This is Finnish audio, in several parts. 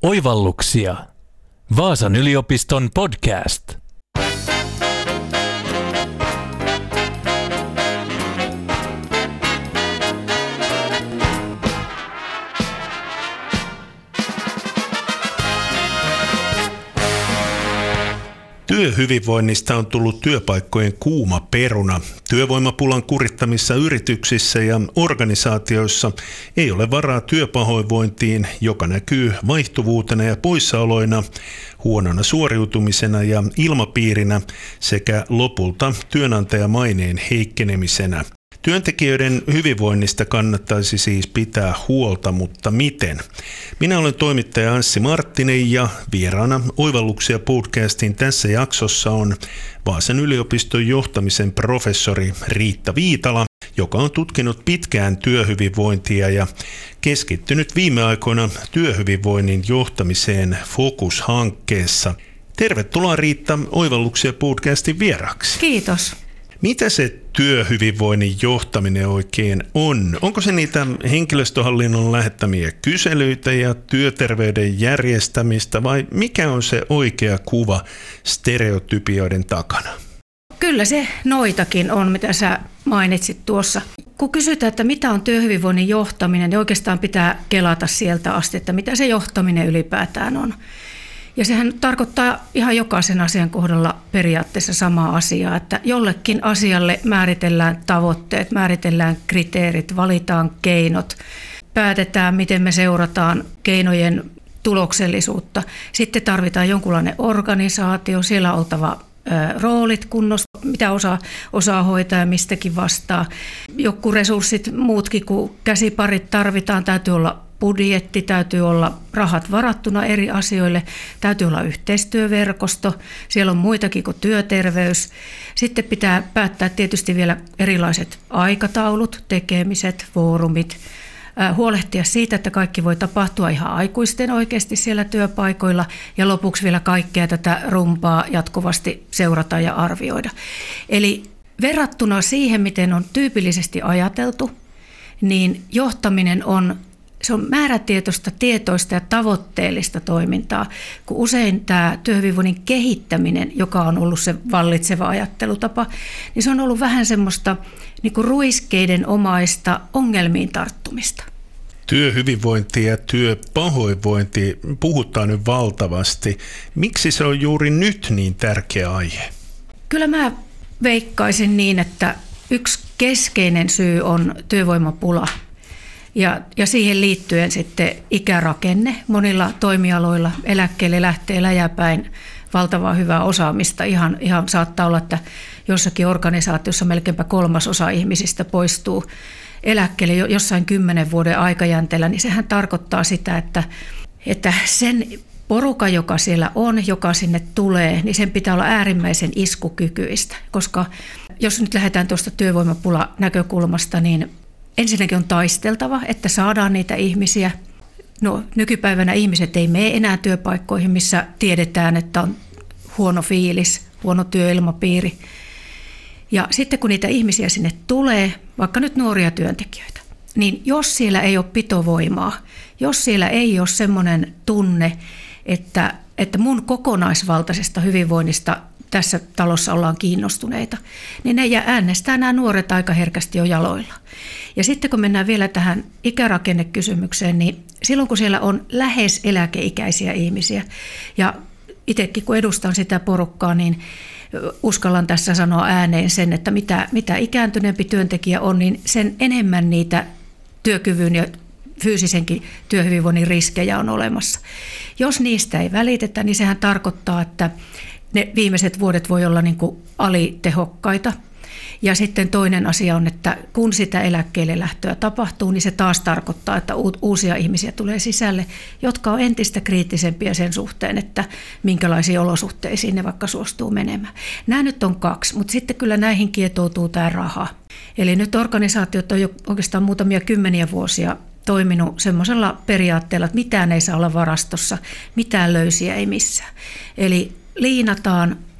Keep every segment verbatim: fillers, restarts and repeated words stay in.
Oivalluksia. Vaasan yliopiston podcast. Työhyvinvoinnista on tullut työpaikkojen kuuma peruna. Työvoimapulan kurittamissa yrityksissä ja organisaatioissa ei ole varaa työpahoinvointiin, joka näkyy vaihtuvuutena ja poissaoloina, huonona suoriutumisena ja ilmapiirinä sekä lopulta työnantajamaineen heikkenemisenä. Työntekijöiden hyvinvoinnista kannattaisi siis pitää huolta, mutta miten? Minä olen toimittaja Anssi Marttinen ja vieraana Oivalluksia podcastin tässä jaksossa on Vaasan yliopiston johtamisen professori Riitta Viitala, joka on tutkinut pitkään työhyvinvointia ja keskittynyt viime aikoina työhyvinvoinnin johtamiseen Focus-hankkeessa. Tervetuloa Riitta Oivalluksia podcastin vieraaksi. Kiitos. Mitä se työhyvinvoinnin johtaminen oikein on? Onko se niitä henkilöstöhallinnon lähettämiä kyselyitä ja työterveyden järjestämistä vai mikä on se oikea kuva stereotypioiden takana? Kyllä se noitakin on, mitä sä mainitsit tuossa. Kun kysytään, että mitä on työhyvinvoinnin johtaminen, niin oikeastaan pitää kelata sieltä asti, että mitä se johtaminen ylipäätään on. Ja sehän tarkoittaa ihan jokaisen asian kohdalla periaatteessa samaa asiaa, että jollekin asialle määritellään tavoitteet, määritellään kriteerit, valitaan keinot, päätetään, miten me seurataan keinojen tuloksellisuutta. Sitten tarvitaan jonkunlainen organisaatio, siellä on oltava ö, roolit kunnossa, mitä osaa, osaa hoitaa ja mistäkin vastaa. Joku resurssit, muutkin kuin käsiparit tarvitaan, täytyy olla budjetti, täytyy olla rahat varattuna eri asioille, täytyy olla yhteistyöverkosto, siellä on muitakin kuin työterveys. Sitten pitää päättää tietysti vielä erilaiset aikataulut, tekemiset, foorumit, huolehtia siitä, että kaikki voi tapahtua ihan aikuisten oikeasti siellä työpaikoilla ja lopuksi vielä kaikkea tätä rumpaa jatkuvasti seurata ja arvioida. Eli verrattuna siihen, miten on tyypillisesti ajateltu, niin johtaminen on Se on määrätietoista, tietoista ja tavoitteellista toimintaa, kun usein tämä työhyvinvoinnin kehittäminen, joka on ollut se vallitseva ajattelutapa, niin se on ollut vähän semmoista niin kuin ruiskeiden omaista ongelmiin tarttumista. Työhyvinvointi ja työpahoinvointi puhutaan nyt valtavasti. Miksi se on juuri nyt niin tärkeä aihe? Kyllä mä veikkaisin niin, että yksi keskeinen syy on työvoimapula. Ja, ja siihen liittyen sitten ikärakenne. Monilla toimialoilla eläkkeelle lähtee läjäpäin valtavaa hyvää osaamista. Ihan, ihan saattaa olla, että jossakin organisaatiossa melkeinpä kolmasosa ihmisistä poistuu eläkkeelle jossain kymmenen vuoden aikajänteellä. Niin sehän tarkoittaa sitä, että, että sen porukan, joka siellä on, joka sinne tulee, niin sen pitää olla äärimmäisen iskukykyistä. Koska jos nyt lähdetään tuosta työvoimapula-näkökulmasta, niin ensinnäkin on taisteltava, että saadaan niitä ihmisiä. No, nykypäivänä ihmiset ei mene enää työpaikkoihin, missä tiedetään, että on huono fiilis, huono työilmapiiri. Ja sitten kun niitä ihmisiä sinne tulee, vaikka nyt nuoria työntekijöitä, niin jos siellä ei ole pitovoimaa, jos siellä ei ole semmoinen tunne, että, että mun kokonaisvaltaisesta hyvinvoinnista tässä talossa ollaan kiinnostuneita, niin ne äänestää nämä nuoret aika herkästi jo jaloilla. Ja sitten kun mennään vielä tähän ikärakennekysymykseen, niin silloin kun siellä on lähes eläkeikäisiä ihmisiä, ja itsekin kun edustan sitä porukkaa, niin uskallan tässä sanoa ääneen sen, että mitä, mitä ikääntyneempi työntekijä on, niin sen enemmän niitä työkyvyn ja fyysisenkin työhyvinvoinnin riskejä on olemassa. Jos niistä ei välitetä, niin sehän tarkoittaa, että ne viimeiset vuodet voi olla niin kuin alitehokkaita. Ja sitten toinen asia on, että kun sitä eläkkeelle lähtöä tapahtuu, niin se taas tarkoittaa, että uusia ihmisiä tulee sisälle, jotka on entistä kriittisempiä sen suhteen, että minkälaisiin olosuhteisiin ne vaikka suostuu menemään. Nämä nyt on kaksi, mutta sitten kyllä näihin kietoutuu tämä raha. Eli nyt organisaatiot on jo oikeastaan muutamia kymmeniä vuosia toiminut semmoisella periaatteella, että mitään ei saa olla varastossa, mitään löysiä ei missään. Eli liinataan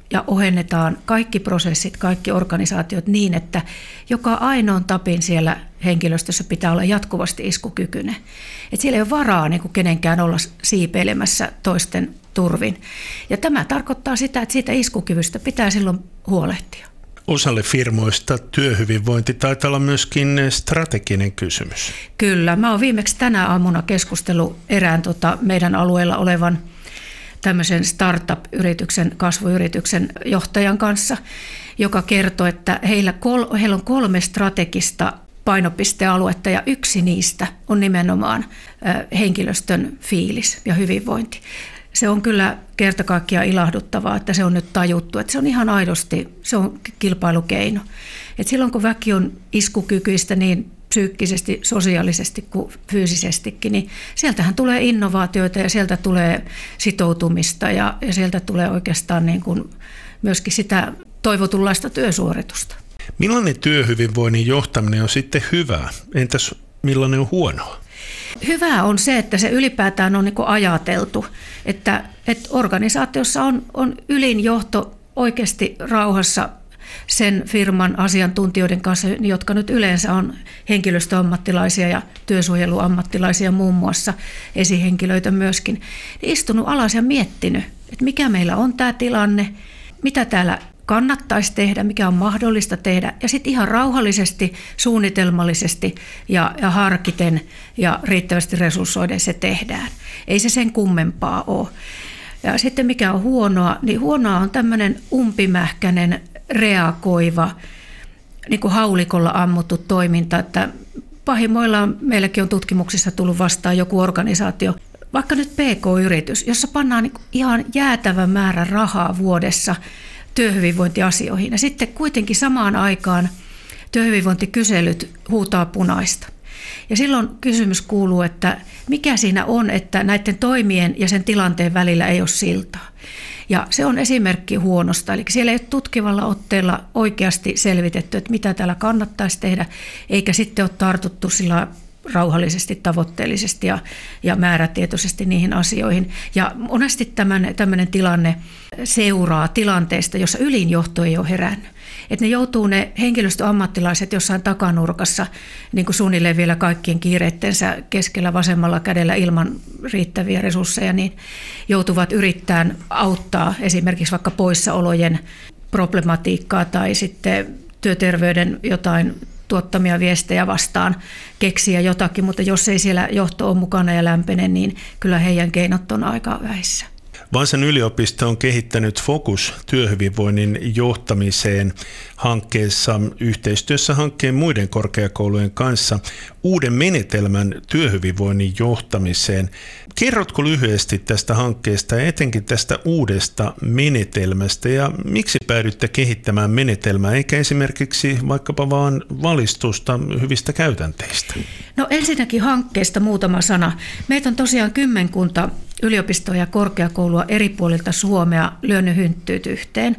ja ohennetaan kaikki prosessit, kaikki organisaatiot niin, että joka ainoan tapin siellä henkilöstössä pitää olla jatkuvasti iskukykyinen. Et siellä ei ole varaa niin kuin kenenkään olla siipeilemässä toisten turvin. Ja tämä tarkoittaa sitä, että siitä iskukyvystä pitää silloin huolehtia. Osalle firmoista työhyvinvointi taitaa olla myöskin strateginen kysymys. Kyllä. Mä oon viimeksi tänä aamuna keskustellut erään tota, meidän alueella olevan tämmöisen startup-yrityksen, kasvuyrityksen johtajan kanssa, joka kertoi, että heillä, kol, heillä on kolme strategista painopistealuetta ja yksi niistä on nimenomaan henkilöstön fiilis ja hyvinvointi. Se on kyllä kerta kaikkiaan ilahduttavaa, että se on nyt tajuttu, että se on ihan aidosti, se on kilpailukeino. Et silloin kun väki on iskukykyistä niin psyykkisesti, sosiaalisesti kuin fyysisestikin, niin sieltähän tulee innovaatioita ja sieltä tulee sitoutumista ja, ja sieltä tulee oikeastaan niin kuin myöskin sitä toivotunlaista työsuoritusta. Millainen työhyvinvoinnin johtaminen on sitten hyvää? Entäs millainen on huonoa? Hyvää on se, että se ylipäätään on niin kuin ajateltu, että, että organisaatiossa on, on ylin johto oikeasti rauhassa sen firman asiantuntijoiden kanssa, jotka nyt yleensä on henkilöstöammattilaisia ja työsuojeluammattilaisia muun muassa, esihenkilöitä myöskin, istunut alas ja miettinyt, että mikä meillä on tämä tilanne, mitä täällä kannattaisi tehdä, mikä on mahdollista tehdä, ja sitten ihan rauhallisesti, suunnitelmallisesti ja, ja harkiten ja riittävästi resurssoiden se tehdään. Ei se sen kummempaa ole. Ja sitten mikä on huonoa, niin huonoa on tämmöinen umpimähkäinen, reagoiva, niin kuin haulikolla ammuttu toiminta, että pahimmoillaan meilläkin on tutkimuksissa tullut vastaan joku organisaatio, vaikka nyt P K-yritys, jossa pannaan niin kuin ihan jäätävä määrä rahaa vuodessa työhyvinvointiasioihin. Ja sitten kuitenkin samaan aikaan työhyvinvointikyselyt huutaa punaista. Ja silloin kysymys kuuluu, että mikä siinä on, että näiden toimien ja sen tilanteen välillä ei ole siltaa. Ja se on esimerkki huonosta. Eli siellä ei ole tutkivalla otteella oikeasti selvitetty, että mitä täällä kannattaisi tehdä, eikä sitten ole tartuttu sillä rauhallisesti, tavoitteellisesti ja, ja määrätietoisesti niihin asioihin. Ja monesti tämän, tämmöinen tilanne seuraa tilanteesta, jossa ylinjohto ei ole herännyt. Että ne joutuu ne henkilöstöammattilaiset jossain takanurkassa, niin kuin suunnilleen vielä kaikkien kiireittensä keskellä vasemmalla kädellä ilman riittäviä resursseja, niin joutuvat yrittämään auttaa esimerkiksi vaikka poissaolojen problematiikkaa tai sitten työterveyden jotain tuottamia viestejä vastaan keksiä jotakin, mutta jos ei siellä johto ole mukana ja lämpene, niin kyllä heidän keinot on aika vähissä. Vaasan yliopisto on kehittänyt Focus työhyvinvoinnin johtamiseen hankkeessa yhteistyössä hankkeen muiden korkeakoulujen kanssa uuden menetelmän työhyvinvoinnin johtamiseen. Kerrotko lyhyesti tästä hankkeesta ja etenkin tästä uudesta menetelmästä ja miksi päädytte kehittämään menetelmää eikä esimerkiksi vaikkapa vaan valistusta hyvistä käytänteistä? No ensinnäkin hankkeesta muutama sana. Meitä on tosiaan kymmenkunta yliopistoa ja korkeakoulua eri puolilta Suomea lyönyt hynttyyt yhteen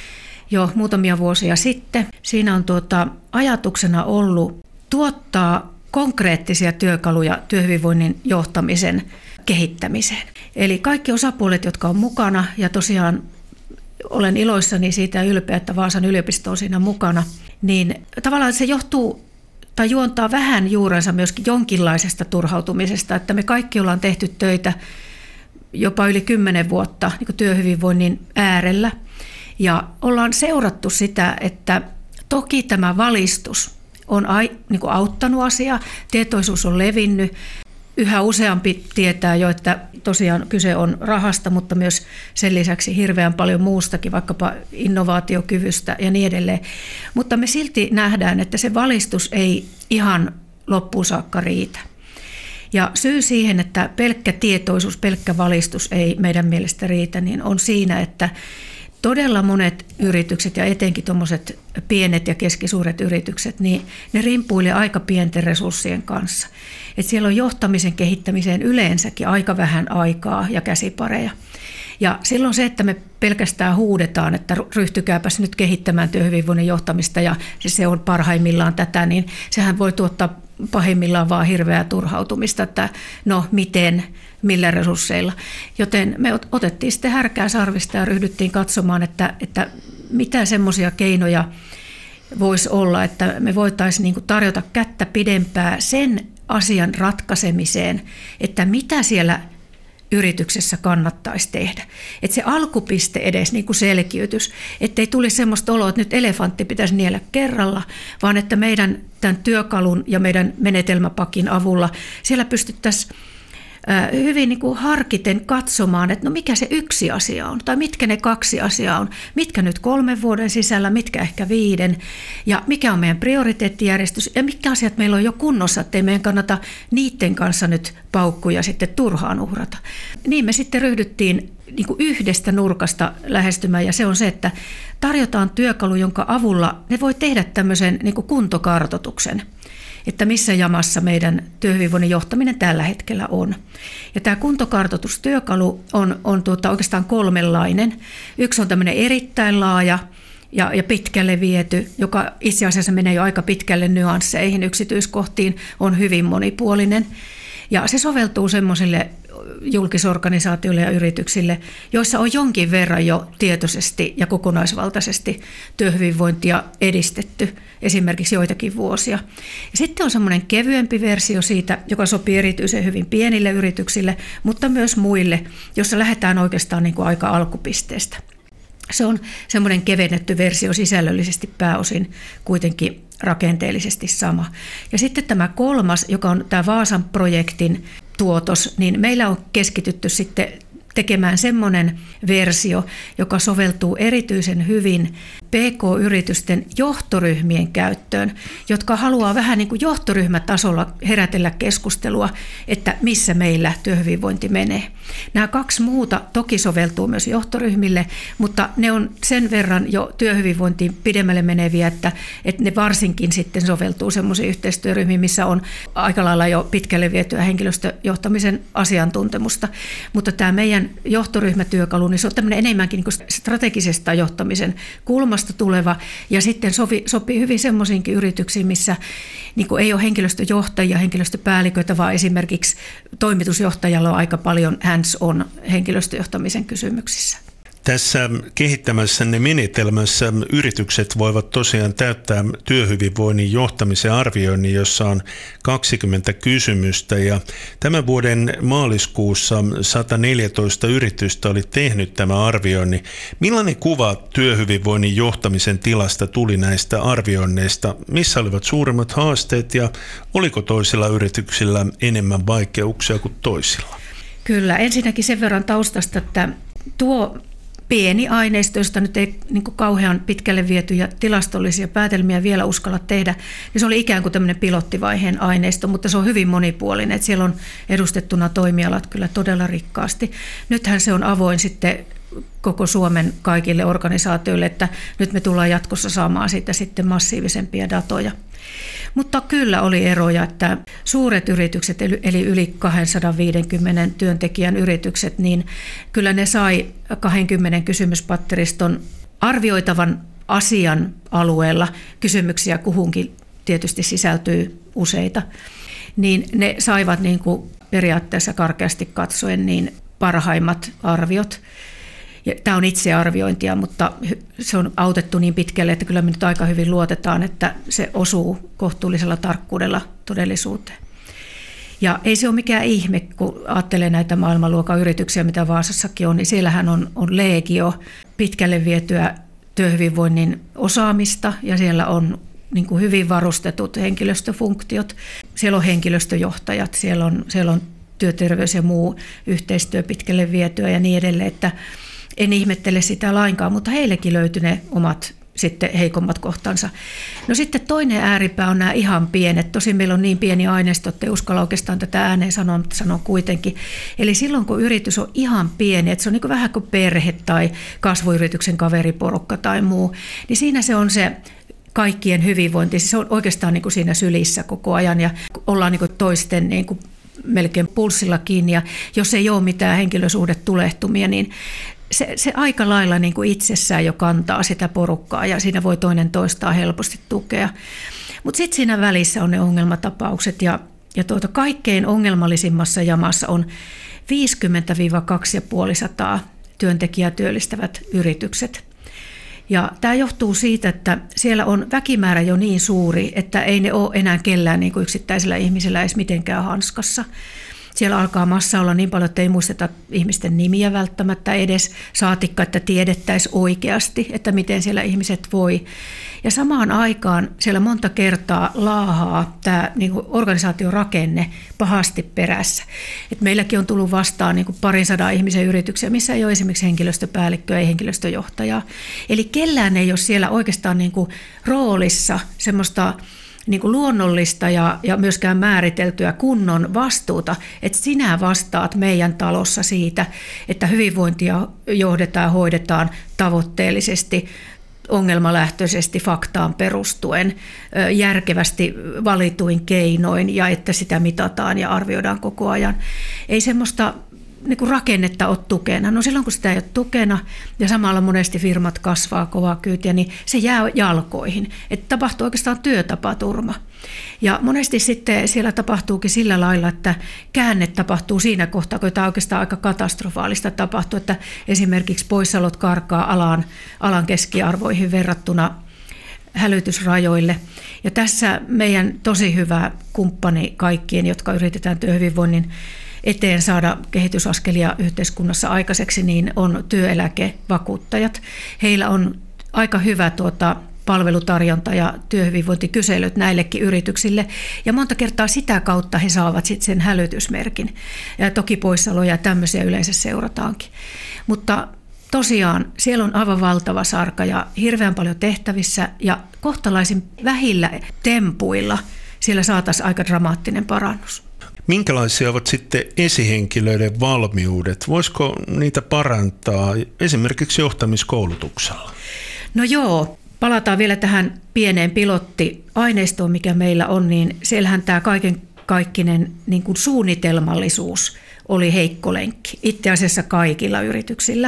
jo muutamia vuosia sitten. Siinä on tuota, ajatuksena ollut tuottaa konkreettisia työkaluja työhyvinvoinnin johtamisen kehittämiseen. Eli kaikki osapuolet, jotka on mukana, ja tosiaan olen iloissani siitä ja ylpeä, että Vaasan yliopisto on siinä mukana, niin tavallaan se johtuu tai juontaa vähän juurensa myöskin jonkinlaisesta turhautumisesta, että me kaikki ollaan tehty töitä jopa yli kymmenen vuotta niin kuin työhyvinvoinnin äärellä. Ja ollaan seurattu sitä, että toki tämä valistus on niin kuin auttanut asiaa, tietoisuus on levinnyt. Yhä useampi tietää jo, että tosiaan kyse on rahasta, mutta myös sen lisäksi hirveän paljon muustakin, vaikkapa innovaatiokyvystä ja niin edelleen. Mutta me silti nähdään, että se valistus ei ihan loppuun saakka riitä. Ja syy siihen, että pelkkä tietoisuus, pelkkä valistus ei meidän mielestä riitä, niin on siinä, että todella monet yritykset ja etenkin tuommoiset pienet ja keskisuuret yritykset, niin ne rimpuilee aika pienten resurssien kanssa. Et siellä on johtamisen kehittämiseen yleensäkin aika vähän aikaa ja käsipareja. Ja silloin se, että me pelkästään huudetaan, että ryhtykääpäs nyt kehittämään työhyvinvoinnin johtamista ja se on parhaimmillaan tätä, niin sehän voi tuottaa pahimmillaan vaan hirveää turhautumista, että no miten, millä resursseilla. Joten me otettiin sitten härkää sarvista ja ryhdyttiin katsomaan, että, että mitä semmoisia keinoja voisi olla, että me voitaisiin niin kuin tarjota kättä pidempää sen asian ratkaisemiseen, että mitä siellä yrityksessä kannattaisi tehdä. Että se alkupiste edes niin kuin selkiytys, ettei tulisi semmoista oloa, että nyt elefantti pitäisi niellä kerralla, vaan että meidän tämän työkalun ja meidän menetelmäpakin avulla siellä pystyttäisiin hyvin niin kuin harkiten katsomaan, että no mikä se yksi asia on, tai mitkä ne kaksi asiaa on, mitkä nyt kolmen vuoden sisällä, mitkä ehkä viiden, ja mikä on meidän prioriteettijärjestys, ja mitkä asiat meillä on jo kunnossa, ettei meidän kannata niiden kanssa nyt paukkuja sitten turhaan uhrata. Niin me sitten ryhdyttiin niin kuin yhdestä nurkasta lähestymään, ja se on se, että tarjotaan työkalu, jonka avulla ne voi tehdä tämmöisen niin kuin kuntokartoituksen, että missä jamassa meidän työhyvinvoinnin johtaminen tällä hetkellä on. Ja tämä kuntokartoitustyökalu on, on tuota oikeastaan kolmenlainen. Yksi on tämmöinen erittäin laaja ja, ja pitkälle viety, joka itse asiassa menee jo aika pitkälle nyansseihin, yksityiskohtiin, on hyvin monipuolinen. Ja se soveltuu semmoisille julkisorganisaatioille ja yrityksille, joissa on jonkin verran jo tietoisesti ja kokonaisvaltaisesti työhyvinvointia edistetty, esimerkiksi joitakin vuosia. Ja sitten on semmoinen kevyempi versio siitä, joka sopii erityisen hyvin pienille yrityksille, mutta myös muille, jossa lähdetään oikeastaan niin kuin aika alkupisteestä. Se on semmoinen kevennetty versio, sisällöllisesti pääosin kuitenkin rakenteellisesti sama. Ja sitten tämä kolmas, joka on tämä Vaasan projektin tuotos, niin meillä on keskitytty sitten tekemään semmoinen versio, joka soveltuu erityisen hyvin P K-yritysten johtoryhmien käyttöön, jotka haluaa vähän niin kuin johtoryhmätasolla herätellä keskustelua, että missä meillä työhyvinvointi menee. Nämä kaksi muuta toki soveltuu myös johtoryhmille, mutta ne on sen verran jo työhyvinvointiin pidemmälle meneviä, että, että ne varsinkin sitten soveltuu semmoisiin yhteistyöryhmiin, missä on aika lailla jo pitkälle vietyä henkilöstöjohtamisen asiantuntemusta. Mutta tämä meidän johtoryhmätyökalu, niin se on tämmöinen enemmänkin niin kuin strategisesta johtamisen kulmasta tuleva, ja sitten sovi, sopii hyvin semmoisiinkin yrityksiin, missä niin kuin ei ole henkilöstöjohtajia, henkilöstöpäälliköitä, vaan esimerkiksi toimitusjohtajalla on aika paljon hands-on henkilöstöjohtamisen kysymyksissä. Tässä kehittämässänne menetelmässä yritykset voivat tosiaan täyttää työhyvinvoinnin johtamisen arvioinnin, jossa on kaksikymmentä kysymystä, ja tämän vuoden maaliskuussa sata neljätoista yritystä oli tehnyt tämä arvioinnin. Millainen kuva työhyvinvoinnin johtamisen tilasta tuli näistä arvioinneista? Missä olivat suurimmat haasteet ja oliko toisilla yrityksillä enemmän vaikeuksia kuin toisilla? Kyllä, ensinnäkin sen verran taustasta, että tuo pieni aineisto, josta nyt ei niin kuin kauhean pitkälle vietyjä tilastollisia päätelmiä vielä uskalla tehdä, niin se oli ikään kuin tämmöinen pilottivaiheen aineisto, mutta se on hyvin monipuolinen, että siellä on edustettuna toimialat kyllä todella rikkaasti. Nythän se on avoin sitten koko Suomen kaikille organisaatioille, että nyt me tullaan jatkossa saamaan siitä sitten massiivisempia datoja. Mutta kyllä oli eroja, että suuret yritykset, eli yli kaksisataaviisikymmentä työntekijän yritykset, niin kyllä ne sai kaksikymmentä kysymyspatteriston arvioitavan asian alueella. Kysymyksiä kuhunkin tietysti sisältyy useita. Niin ne saivat niin kuin periaatteessa karkeasti katsoen niin parhaimmat arviot. Ja tämä on itsearviointia, mutta se on autettu niin pitkälle, että kyllä me nyt aika hyvin luotetaan, että se osuu kohtuullisella tarkkuudella todellisuuteen. Ja ei se ole mikään ihme, kun ajattelee näitä maailmanluokan yrityksiä, mitä Vaasassakin on, niin siellähän on, on legio pitkälle vietyä työhyvinvoinnin osaamista, ja siellä on niin kuin hyvin varustetut henkilöstöfunktiot. Siellä on henkilöstöjohtajat, siellä on, siellä on työterveys ja muu yhteistyö pitkälle vietyä ja niin edelleen, että en ihmettele sitä lainkaan, mutta heillekin löytyi ne omat sitten heikommat kohtansa. No sitten toinen ääripää on nämä ihan pienet. Tosin meillä on niin pieni aineisto, että ei uskalla oikeastaan tätä ääneen sanoa, mutta sanon kuitenkin. Eli silloin kun yritys on ihan pieni, että se on niin kuin vähän kuin perhe tai kasvuyrityksen kaveriporukka tai muu, niin siinä se on se kaikkien hyvinvointi. Se on oikeastaan niin kuin siinä sylissä koko ajan ja ollaan niin kuin toisten niin kuin melkein pulssilla kiinni. Ja jos ei ole mitään henkilösuhdetulehtumia, niin se, se aika lailla niin kuin itsessään jo kantaa sitä porukkaa ja siinä voi toinen toistaa helposti tukea. Mutta sitten siinä välissä on ne ongelmatapaukset ja, ja tuota, kaikkein ongelmallisimmassa jamassa on viisikymmentä kaksisataaviisikymmentä työntekijää työllistävät yritykset. Ja tämä johtuu siitä, että siellä on väkimäärä jo niin suuri, että ei ne ole enää kellään niin kuin yksittäisellä ihmisellä edes mitenkään hanskassa. Siellä alkaa massa olla niin paljon, että ei muisteta ihmisten nimiä välttämättä edes, saatikka, että tiedettäisiin oikeasti, että miten siellä ihmiset voi. Ja samaan aikaan siellä monta kertaa laahaa tämä niin kuin organisaation rakenne pahasti perässä. Et meilläkin on tullut vastaan niin kuin parin sadan ihmisen yrityksiä, missä ei ole esimerkiksi henkilöstöpäällikköä ja henkilöstöjohtajaa. Eli kellään ei ole siellä oikeastaan niin kuin roolissa semmoista niin kuin luonnollista ja, ja myöskään määriteltyä kunnon vastuuta, että sinä vastaat meidän talossa siitä, että hyvinvointia johdetaan, hoidetaan tavoitteellisesti, ongelmalähtöisesti, faktaan perustuen, järkevästi valituin keinoin ja että sitä mitataan ja arvioidaan koko ajan. Ei semmoista niin kuin rakennetta ole tukena. No silloin kun sitä ei ole tukena ja samalla monesti firmat kasvaa kovaa kyytiä, niin se jää jalkoihin. Että tapahtuu oikeastaan työtapaturma. Ja monesti sitten siellä tapahtuukin sillä lailla, että käänne tapahtuu siinä kohtaa, kun tämä oikeastaan aika katastrofaalista tapahtuu, että esimerkiksi poissaolot karkaa alan, alan keskiarvoihin verrattuna hälytysrajoille. Ja tässä meidän tosi hyvä kumppani kaikkien, jotka yritetään työhyvinvoinnin eteen saada kehitysaskelia yhteiskunnassa aikaiseksi, niin on työeläkevakuuttajat. Heillä on aika hyvä tuota palvelutarjonta ja työhyvinvointikyselyt näillekin yrityksille. Ja monta kertaa sitä kautta he saavat sitten sen hälytysmerkin. Ja toki poissaoloja ja tämmöisiä yleensä seurataankin. Mutta tosiaan siellä on aivan valtava sarka ja hirveän paljon tehtävissä ja kohtalaisin vähillä tempuilla siellä saataisiin aika dramaattinen parannus. Minkälaisia ovat sitten esihenkilöiden valmiudet? Voisiko niitä parantaa esimerkiksi johtamiskoulutuksella? No joo, palataan vielä tähän pieneen pilottiaineistoon, mikä meillä on, niin siellähän tämä kaiken kaikkinen niin kuin suunnitelmallisuus oli heikko lenkki, itse asiassa kaikilla yrityksillä.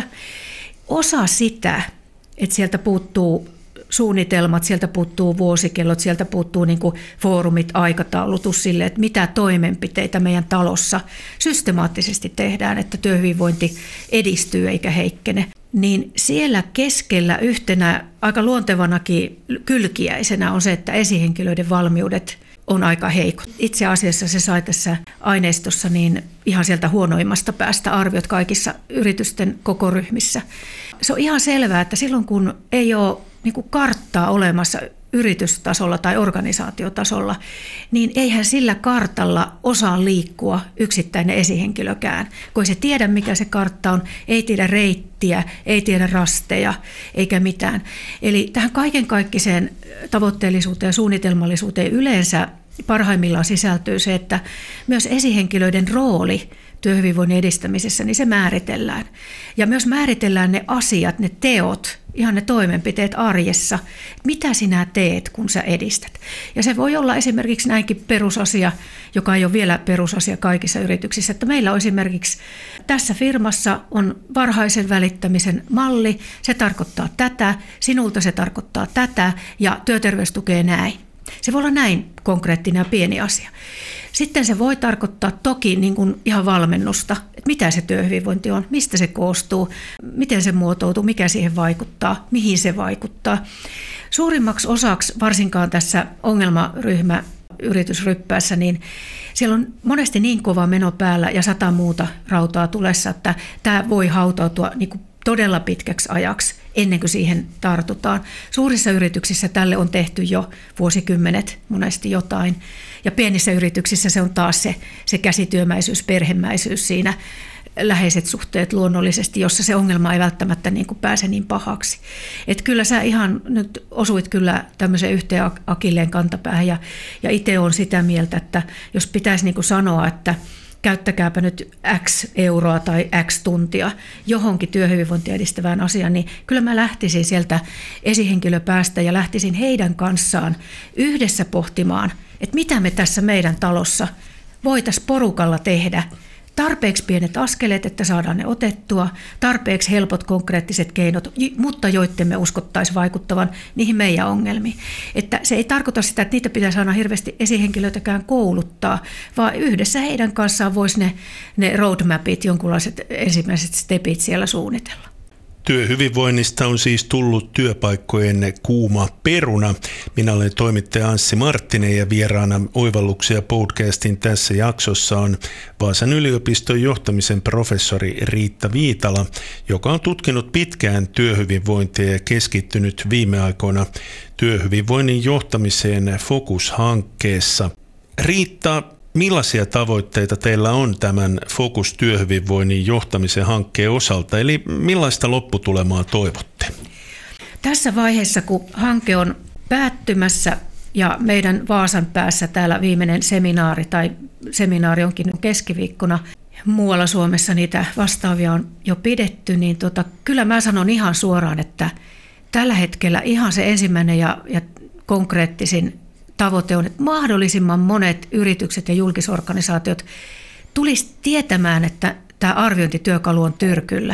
Osa sitä, että sieltä puuttuu suunnitelmat, sieltä puuttuu vuosikellot, sieltä puuttuu niin kuin foorumit, aikataulutus sille, että mitä toimenpiteitä meidän talossa systemaattisesti tehdään, että työhyvinvointi edistyy eikä heikkene. Niin siellä keskellä yhtenä aika luontevanakin kylkiäisenä on se, että esihenkilöiden valmiudet on aika heikot. Itse asiassa se sai tässä aineistossa niin ihan sieltä huonoimmasta päästä arviot kaikissa yritysten koko ryhmissä. Se on ihan selvää, että silloin kun ei ole niin kuin karttaa olemassa yritystasolla tai organisaatiotasolla, niin eihän sillä kartalla osaa liikkua yksittäinen esihenkilökään, kun ei se tiedä, mikä se kartta on, ei tiedä reittiä, ei tiedä rasteja eikä mitään. Eli tähän kaikenkaikkiseen tavoitteellisuuteen ja suunnitelmallisuuteen yleensä parhaimmillaan sisältyy se, että myös esihenkilöiden rooli työhyvinvoinnin edistämisessä, niin se määritellään. Ja myös määritellään ne asiat, ne teot, ihan ne toimenpiteet arjessa, mitä sinä teet, kun sä edistät. Ja se voi olla esimerkiksi näinkin perusasia, joka ei ole vielä perusasia kaikissa yrityksissä, että meillä on esimerkiksi tässä firmassa on varhaisen välittämisen malli, se tarkoittaa tätä, sinulta se tarkoittaa tätä ja työterveys tukee näin. Se voi olla näin konkreettinen ja pieni asia. Sitten se voi tarkoittaa toki niin kuin ihan valmennusta, että mitä se työhyvinvointi on, mistä se koostuu, miten se muotoutuu, mikä siihen vaikuttaa, mihin se vaikuttaa. Suurimmaksi osaksi, varsinkaan tässä ongelmaryhmä yritysryppäässä, niin siellä on monesti niin kova meno päällä ja sata muuta rautaa tulessa, että tämä voi hautautua niin kuin todella pitkäksi ajaksi ennen kuin siihen tartutaan. Suurissa yrityksissä tälle on tehty jo vuosikymmenet monesti jotain. Ja pienissä yrityksissä se on taas se, se käsityömäisyys, perhemäisyys siinä, läheiset suhteet luonnollisesti, jossa se ongelma ei välttämättä niin kuin pääse niin pahaksi. Et kyllä sä ihan nyt osuit kyllä tämmöiseen yhteen akilleen kantapäähän ja, ja itse olen sitä mieltä, että jos pitäisi niin kuin sanoa, että käyttäkääpä nyt X euroa tai X tuntia johonkin työhyvinvointia edistävään asiaan, niin kyllä mä lähtisin sieltä esihenkilöpäästä ja lähtisin heidän kanssaan yhdessä pohtimaan, että mitä me tässä meidän talossa voitaisiin porukalla tehdä tarpeeksi pienet askeleet, että saadaan ne otettua, tarpeeksi helpot konkreettiset keinot, mutta joiden me uskottaisiin vaikuttavan niihin meidän ongelmiin. Että se ei tarkoita sitä, että niitä pitäisi aina hirveästi esihenkilöitäkään kouluttaa, vaan yhdessä heidän kanssaan voisi ne, ne roadmapit, jonkunlaiset ensimmäiset stepit siellä suunnitella. Työhyvinvoinnista on siis tullut työpaikkojen kuuma peruna. Minä olen toimittaja Anssi Marttinen ja vieraana Oivalluksia podcastin tässä jaksossa on Vaasan yliopiston johtamisen professori Riitta Viitala, joka on tutkinut pitkään työhyvinvointia ja keskittynyt viime aikoina työhyvinvoinnin johtamiseen Focus-hankkeessa. Riitta, millaisia tavoitteita teillä on tämän Focus työhyvinvoinnin johtamisen hankkeen osalta, eli millaista lopputulemaa toivotte? Tässä vaiheessa, kun hanke on päättymässä ja meidän Vaasan päässä täällä viimeinen seminaari tai seminaari onkin keskiviikkona, muualla Suomessa niitä vastaavia on jo pidetty, niin tota, kyllä mä sanon ihan suoraan, että tällä hetkellä ihan se ensimmäinen ja, ja konkreettisin tavoite on, että mahdollisimman monet yritykset ja julkisorganisaatiot tulisi tietämään, että tämä arviointityökalu on tyrkyllä.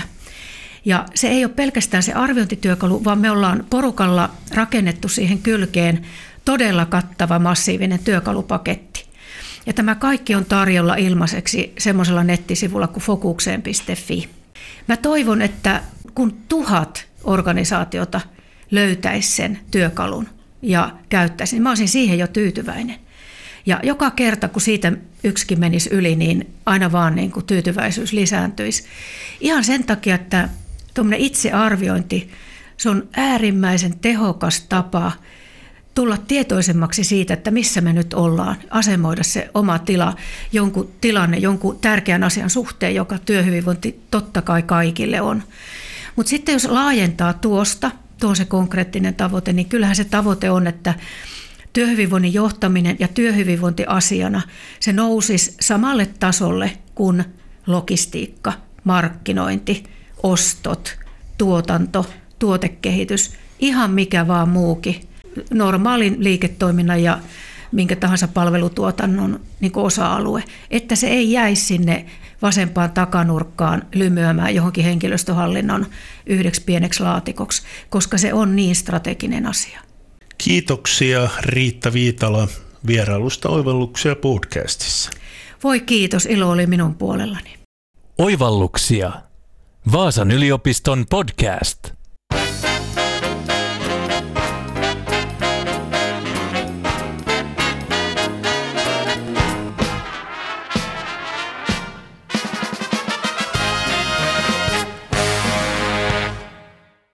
Ja se ei ole pelkästään se arviointityökalu, vaan me ollaan porukalla rakennettu siihen kylkeen todella kattava massiivinen työkalupaketti. Ja tämä kaikki on tarjolla ilmaiseksi semmoisella nettisivulla kuin fokukseen piste fi. Mä toivon, että kun tuhat organisaatiota löytäisi sen työkalun ja käyttäisi, niin mä olisin siihen jo tyytyväinen. Ja joka kerta, kun siitä yksikin menisi yli, niin aina vaan niin kuin tyytyväisyys lisääntyisi. Ihan sen takia, että tuommoinen itsearviointi, se on äärimmäisen tehokas tapa tulla tietoisemmaksi siitä, että missä me nyt ollaan, asemoida se oma tila, jonkun tilanne, jonkun tärkeän asian suhteen, joka työhyvinvointi totta kai kaikille on. Mutta sitten jos laajentaa tuosta, tuo on se konkreettinen tavoite, niin kyllähän se tavoite on, että työhyvinvoinnin johtaminen ja työhyvinvointi asiana, se nousisi samalle tasolle kuin logistiikka, markkinointi, ostot, tuotanto, tuotekehitys, ihan mikä vaan muukin, normaalin liiketoiminnan ja minkä tahansa palvelutuotannon niin kuin osa-alue, että se ei jäisi sinne vasempaan takanurkkaan lymyämään johonkin henkilöstöhallinnon yhdeksi pieneksi laatikoksi, koska se on niin strateginen asia. Kiitoksia Riitta Viitala vierailusta Oivalluksia podcastissa. Voi kiitos, ilo oli minun puolellani. Oivalluksia. Vaasan yliopiston podcast.